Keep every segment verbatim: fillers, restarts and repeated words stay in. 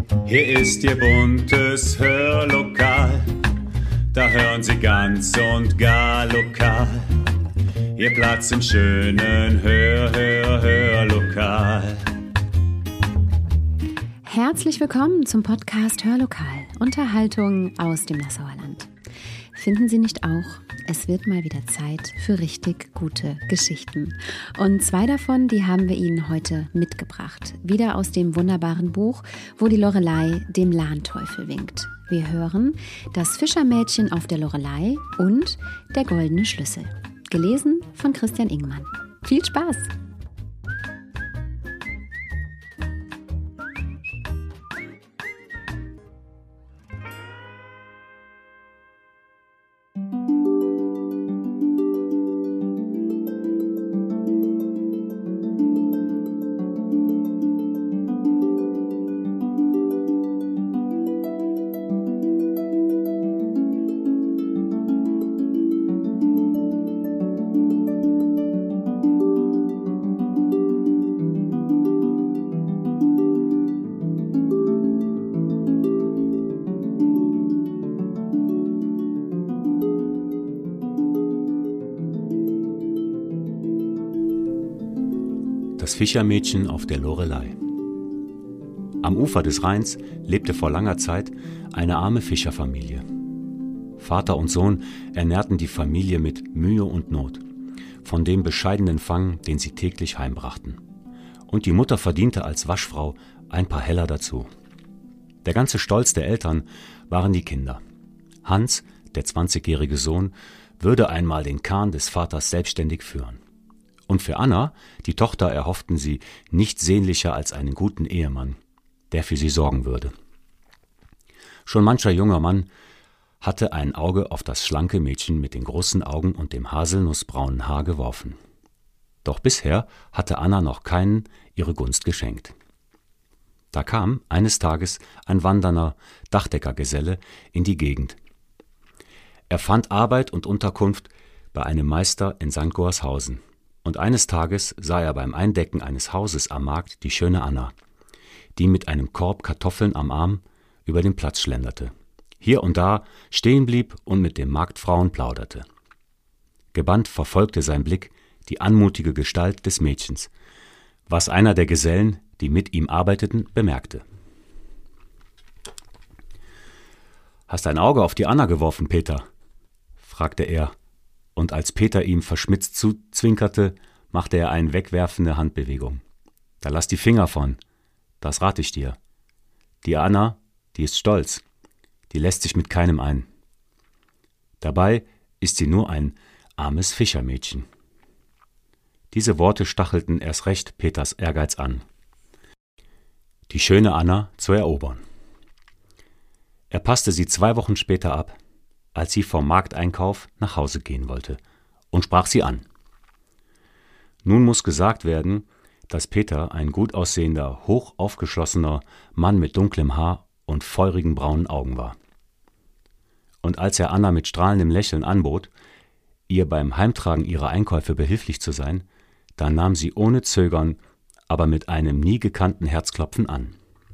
Hier ist Ihr buntes Hörlokal, da hören Sie ganz und gar lokal. Ihr Platz im schönen Hör, Hör, Hörlokal. Herzlich willkommen zum Podcast Hörlokal, Unterhaltung aus dem Nassauer Land. Finden Sie nicht auch, es wird mal wieder Zeit für richtig gute Geschichten. Und zwei davon, die haben wir Ihnen heute mitgebracht. Wieder aus dem wunderbaren Buch, wo die Lorelei dem Lahnteufel winkt. Wir hören Das Fischermädchen auf der Lorelei und Der goldene Schlüssel. Gelesen von Christian Ingmann. Viel Spaß! Das Fischermädchen auf der Lorelei. Am Ufer des Rheins lebte vor langer Zeit eine arme Fischerfamilie. Vater und Sohn ernährten die Familie mit Mühe und Not, von dem bescheidenen Fang, den sie täglich heimbrachten. Und die Mutter verdiente als Waschfrau ein paar Heller dazu. Der ganze Stolz der Eltern waren die Kinder. Hans, der zwanzigjährige Sohn, würde einmal den Kahn des Vaters selbstständig führen. Und für Anna, die Tochter, erhofften sie nicht sehnlicher als einen guten Ehemann, der für sie sorgen würde. Schon mancher junger Mann hatte ein Auge auf das schlanke Mädchen mit den großen Augen und dem haselnussbraunen Haar geworfen. Doch bisher hatte Anna noch keinen ihre Gunst geschenkt. Da kam eines Tages ein wandernder Dachdeckergeselle in die Gegend. Er fand Arbeit und Unterkunft bei einem Meister in Sankt Gorshausen. Und eines Tages sah er beim Eindecken eines Hauses am Markt die schöne Anna, die mit einem Korb Kartoffeln am Arm über den Platz schlenderte, hier und da stehen blieb und mit den Marktfrauen plauderte. Gebannt verfolgte sein Blick die anmutige Gestalt des Mädchens, was einer der Gesellen, die mit ihm arbeiteten, bemerkte. »Hast ein Auge auf die Anna geworfen, Peter?« fragte er. Und als Peter ihm verschmitzt zuzwinkerte, machte er eine wegwerfende Handbewegung. »Da lass die Finger von, das rate ich dir. Die Anna, die ist stolz, die lässt sich mit keinem ein. Dabei ist sie nur ein armes Fischermädchen.« Diese Worte stachelten erst recht Peters Ehrgeiz an, die schöne Anna zu erobern. Er passte sie zwei Wochen später ab, als sie vom Markteinkauf nach Hause gehen wollte, und sprach sie an. Nun muss gesagt werden, dass Peter ein gut aussehender, hoch aufgeschlossener Mann mit dunklem Haar und feurigen braunen Augen war. Und als er Anna mit strahlendem Lächeln anbot, ihr beim Heimtragen ihrer Einkäufe behilflich zu sein, da nahm sie ohne Zögern, aber mit einem nie gekannten Herzklopfen an.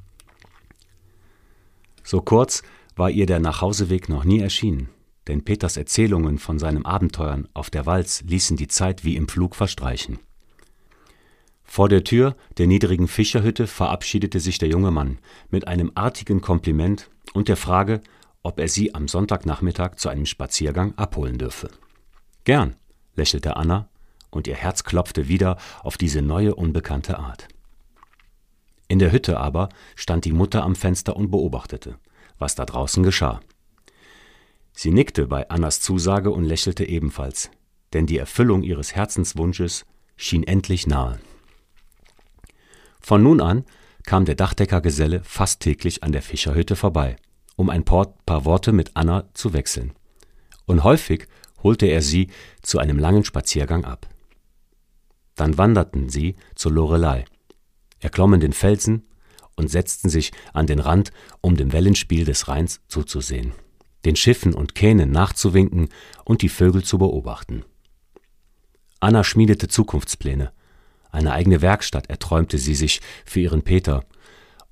So kurz war ihr der Nachhauseweg noch nie erschienen, denn Peters Erzählungen von seinen Abenteuern auf der Walz ließen die Zeit wie im Flug verstreichen. Vor der Tür der niedrigen Fischerhütte verabschiedete sich der junge Mann mit einem artigen Kompliment und der Frage, ob er sie am Sonntagnachmittag zu einem Spaziergang abholen dürfe. »Gern«, lächelte Anna, und ihr Herz klopfte wieder auf diese neue, unbekannte Art. In der Hütte aber stand die Mutter am Fenster und beobachtete, was da draußen geschah. Sie nickte bei Annas Zusage und lächelte ebenfalls, denn die Erfüllung ihres Herzenswunsches schien endlich nahe. Von nun an kam der Dachdeckergeselle fast täglich an der Fischerhütte vorbei, um ein paar, paar Worte mit Anna zu wechseln. Und häufig holte er sie zu einem langen Spaziergang ab. Dann wanderten sie zur Lorelei, erklommen den Felsen und setzten sich an den Rand, um dem Wellenspiel des Rheins zuzusehen, den Schiffen und Kähnen nachzuwinken und die Vögel zu beobachten. Anna schmiedete Zukunftspläne. Eine eigene Werkstatt erträumte sie sich für ihren Peter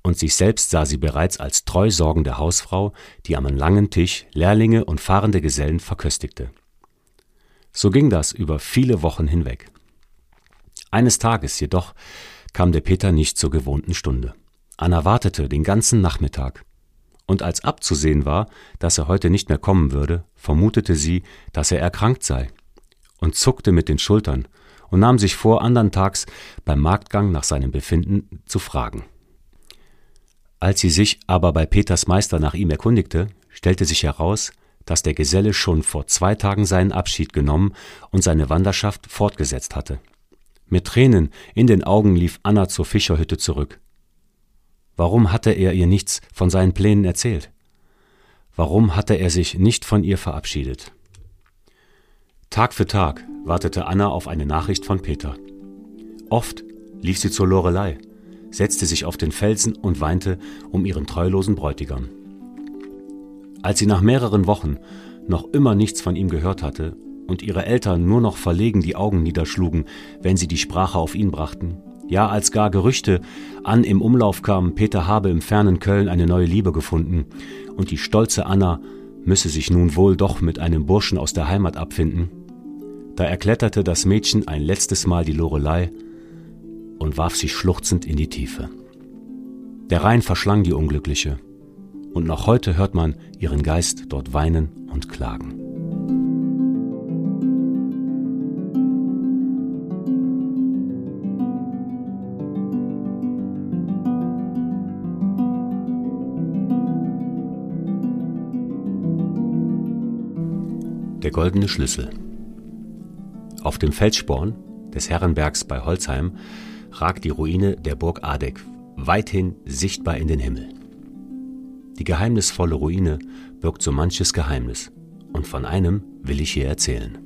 und sich selbst sah sie bereits als treu sorgende Hausfrau, die am langen Tisch Lehrlinge und fahrende Gesellen verköstigte. So ging das über viele Wochen hinweg. Eines Tages jedoch kam der Peter nicht zur gewohnten Stunde. Anna wartete den ganzen Nachmittag. Und als abzusehen war, dass er heute nicht mehr kommen würde, vermutete sie, dass er erkrankt sei, und zuckte mit den Schultern und nahm sich vor, andern Tags beim Marktgang nach seinem Befinden zu fragen. Als sie sich aber bei Peters Meister nach ihm erkundigte, stellte sich heraus, dass der Geselle schon vor zwei Tagen seinen Abschied genommen und seine Wanderschaft fortgesetzt hatte. Mit Tränen in den Augen lief Anna zur Fischerhütte zurück. Warum hatte er ihr nichts von seinen Plänen erzählt? Warum hatte er sich nicht von ihr verabschiedet? Tag für Tag wartete Anna auf eine Nachricht von Peter. Oft lief sie zur Lorelei, setzte sich auf den Felsen und weinte um ihren treulosen Bräutigam. Als sie nach mehreren Wochen noch immer nichts von ihm gehört hatte und ihre Eltern nur noch verlegen die Augen niederschlugen, wenn sie die Sprache auf ihn brachten, ja, als gar Gerüchte an im Umlauf kamen, Peter habe im fernen Köln eine neue Liebe gefunden und die stolze Anna müsse sich nun wohl doch mit einem Burschen aus der Heimat abfinden, da erkletterte das Mädchen ein letztes Mal die Lorelei und warf sich schluchzend in die Tiefe. Der Rhein verschlang die Unglückliche, und noch heute hört man ihren Geist dort weinen und klagen. Der goldene Schlüssel. Auf dem Felssporn des Herrenbergs bei Holzheim ragt die Ruine der Burg Adeck weithin sichtbar in den Himmel. Die geheimnisvolle Ruine birgt so manches Geheimnis, und von einem will ich hier erzählen.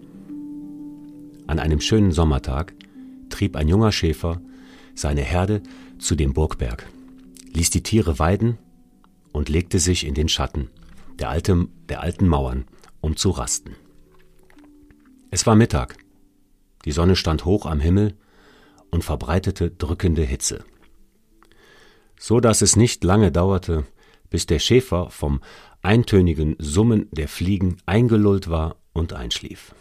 An einem schönen Sommertag trieb ein junger Schäfer seine Herde zu dem Burgberg, ließ die Tiere weiden und legte sich in den Schatten der, alte, der alten Mauern, um zu rasten. Es war Mittag, die Sonne stand hoch am Himmel und verbreitete drückende Hitze, so dass es nicht lange dauerte, bis der Schäfer vom eintönigen Summen der Fliegen eingelullt war und einschlief.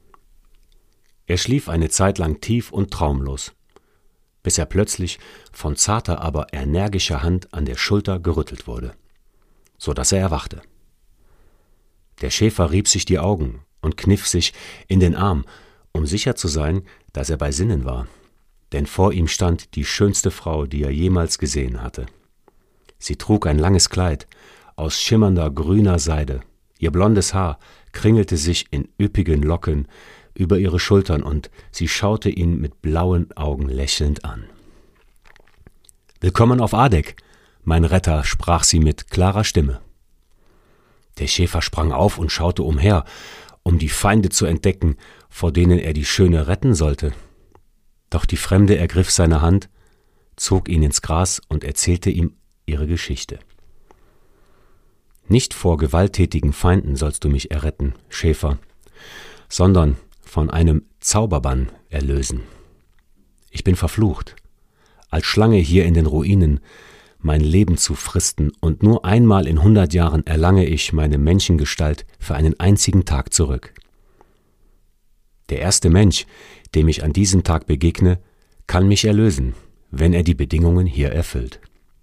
Er schlief eine Zeit lang tief und traumlos, bis er plötzlich von zarter, aber energischer Hand an der Schulter gerüttelt wurde, so dass er erwachte. Der Schäfer rieb sich die Augen und kniff sich in den Arm, um sicher zu sein, dass er bei Sinnen war, denn vor ihm stand die schönste Frau, die er jemals gesehen hatte. Sie trug ein langes Kleid aus schimmernder grüner Seide, ihr blondes Haar kringelte sich in üppigen Locken über ihre Schultern und sie schaute ihn mit blauen Augen lächelnd an. »Willkommen auf Adeck, mein Retter«, sprach sie mit klarer Stimme. Der Schäfer sprang auf und schaute umher, um die Feinde zu entdecken, vor denen er die Schöne retten sollte. Doch die Fremde ergriff seine Hand, zog ihn ins Gras und erzählte ihm ihre Geschichte. »Nicht vor gewalttätigen Feinden sollst du mich erretten, Schäfer, sondern von einem Zauberbann erlösen. Ich bin verflucht, als Schlange hier in den Ruinen mein Leben zu fristen, und nur einmal in hundert Jahren erlange ich meine Menschengestalt für einen einzigen Tag zurück. Der erste Mensch, dem ich an diesem Tag begegne, kann mich erlösen, wenn er die Bedingungen hier erfüllt.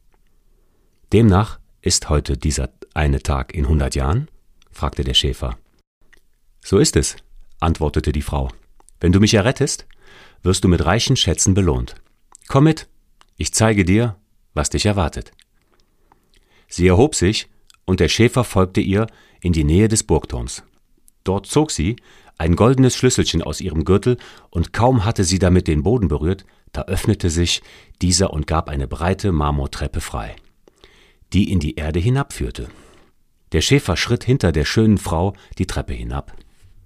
Demnach ist heute dieser eine Tag in hundert Jahren?« fragte der Schäfer. »So ist es«, antwortete die Frau. »Wenn du mich errettest, wirst du mit reichen Schätzen belohnt. Komm mit, ich zeige dir, was dich erwartet.« Sie erhob sich, und der Schäfer folgte ihr in die Nähe des Burgturms. Dort zog sie ein goldenes Schlüsselchen aus ihrem Gürtel, und kaum hatte sie damit den Boden berührt, da öffnete sich dieser und gab eine breite Marmortreppe frei, die in die Erde hinabführte. Der Schäfer schritt hinter der schönen Frau die Treppe hinab.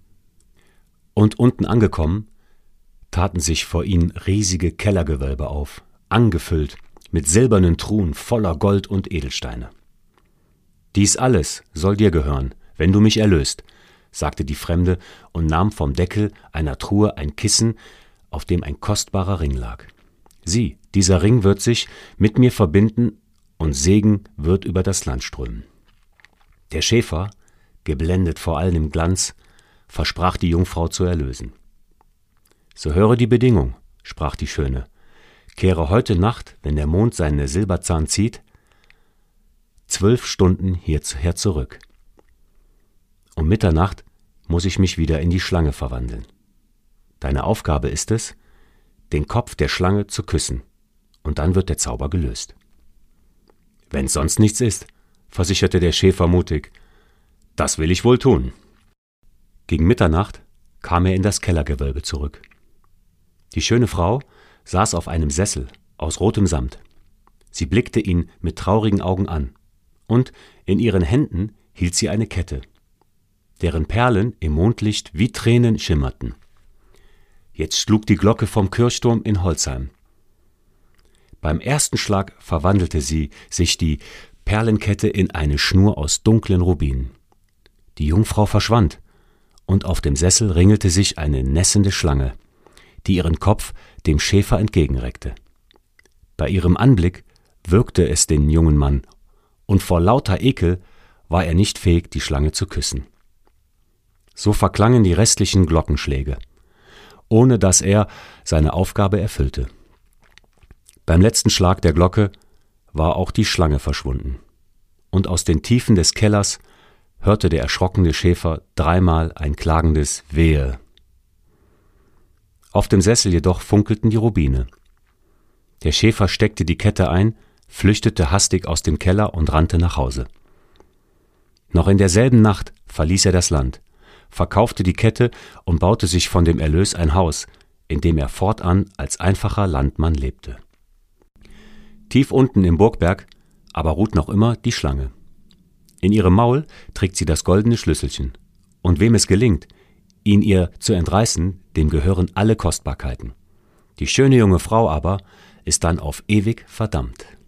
Und unten angekommen, taten sich vor ihnen riesige Kellergewölbe auf, angefüllt mit silbernen Truhen voller Gold und Edelsteine. »Dies alles soll dir gehören, wenn du mich erlöst«, sagte die Fremde und nahm vom Deckel einer Truhe ein Kissen, auf dem ein kostbarer Ring lag. »Sieh, dieser Ring wird sich mit mir verbinden und Segen wird über das Land strömen. Der Schäfer, geblendet vor allem Glanz, versprach die Jungfrau zu erlösen. »So höre die Bedingung«, sprach die Schöne, »kehre heute Nacht, wenn der Mond seine Silberzahn zieht, zwölf Stunden hierher zurück. Um Mitternacht muss ich mich wieder in die Schlange verwandeln. Deine Aufgabe ist es, den Kopf der Schlange zu küssen, und dann wird der Zauber gelöst.« »Wenn sonst nichts ist«, versicherte der Schäfer mutig, »das will ich wohl tun.« Gegen Mitternacht kam er in das Kellergewölbe zurück. Die schöne Frau saß auf einem Sessel aus rotem Samt. Sie blickte ihn mit traurigen Augen an, und in ihren Händen hielt sie eine Kette, deren Perlen im Mondlicht wie Tränen schimmerten. Jetzt schlug die Glocke vom Kirchturm in Holzheim. Beim ersten Schlag verwandelte sie sich die Perlenkette in eine Schnur aus dunklen Rubinen. Die Jungfrau verschwand, und auf dem Sessel ringelte sich eine nässende Schlange, die ihren Kopf dem Schäfer entgegenreckte. Bei ihrem Anblick würgte es den jungen Mann, und vor lauter Ekel war er nicht fähig, die Schlange zu küssen. So verklangen die restlichen Glockenschläge, ohne dass er seine Aufgabe erfüllte. Beim letzten Schlag der Glocke war auch die Schlange verschwunden, und aus den Tiefen des Kellers hörte der erschrockene Schäfer dreimal ein klagendes Wehe. Auf dem Sessel jedoch funkelten die Rubine. Der Schäfer steckte die Kette ein, flüchtete hastig aus dem Keller und rannte nach Hause. Noch in derselben Nacht verließ er das Land, verkaufte die Kette und baute sich von dem Erlös ein Haus, in dem er fortan als einfacher Landmann lebte. Tief unten im Burgberg aber ruht noch immer die Schlange. In ihrem Maul trägt sie das goldene Schlüsselchen, und wem es gelingt, ihn ihr zu entreißen, dem gehören alle Kostbarkeiten. Die schöne junge Frau aber ist dann auf ewig verdammt.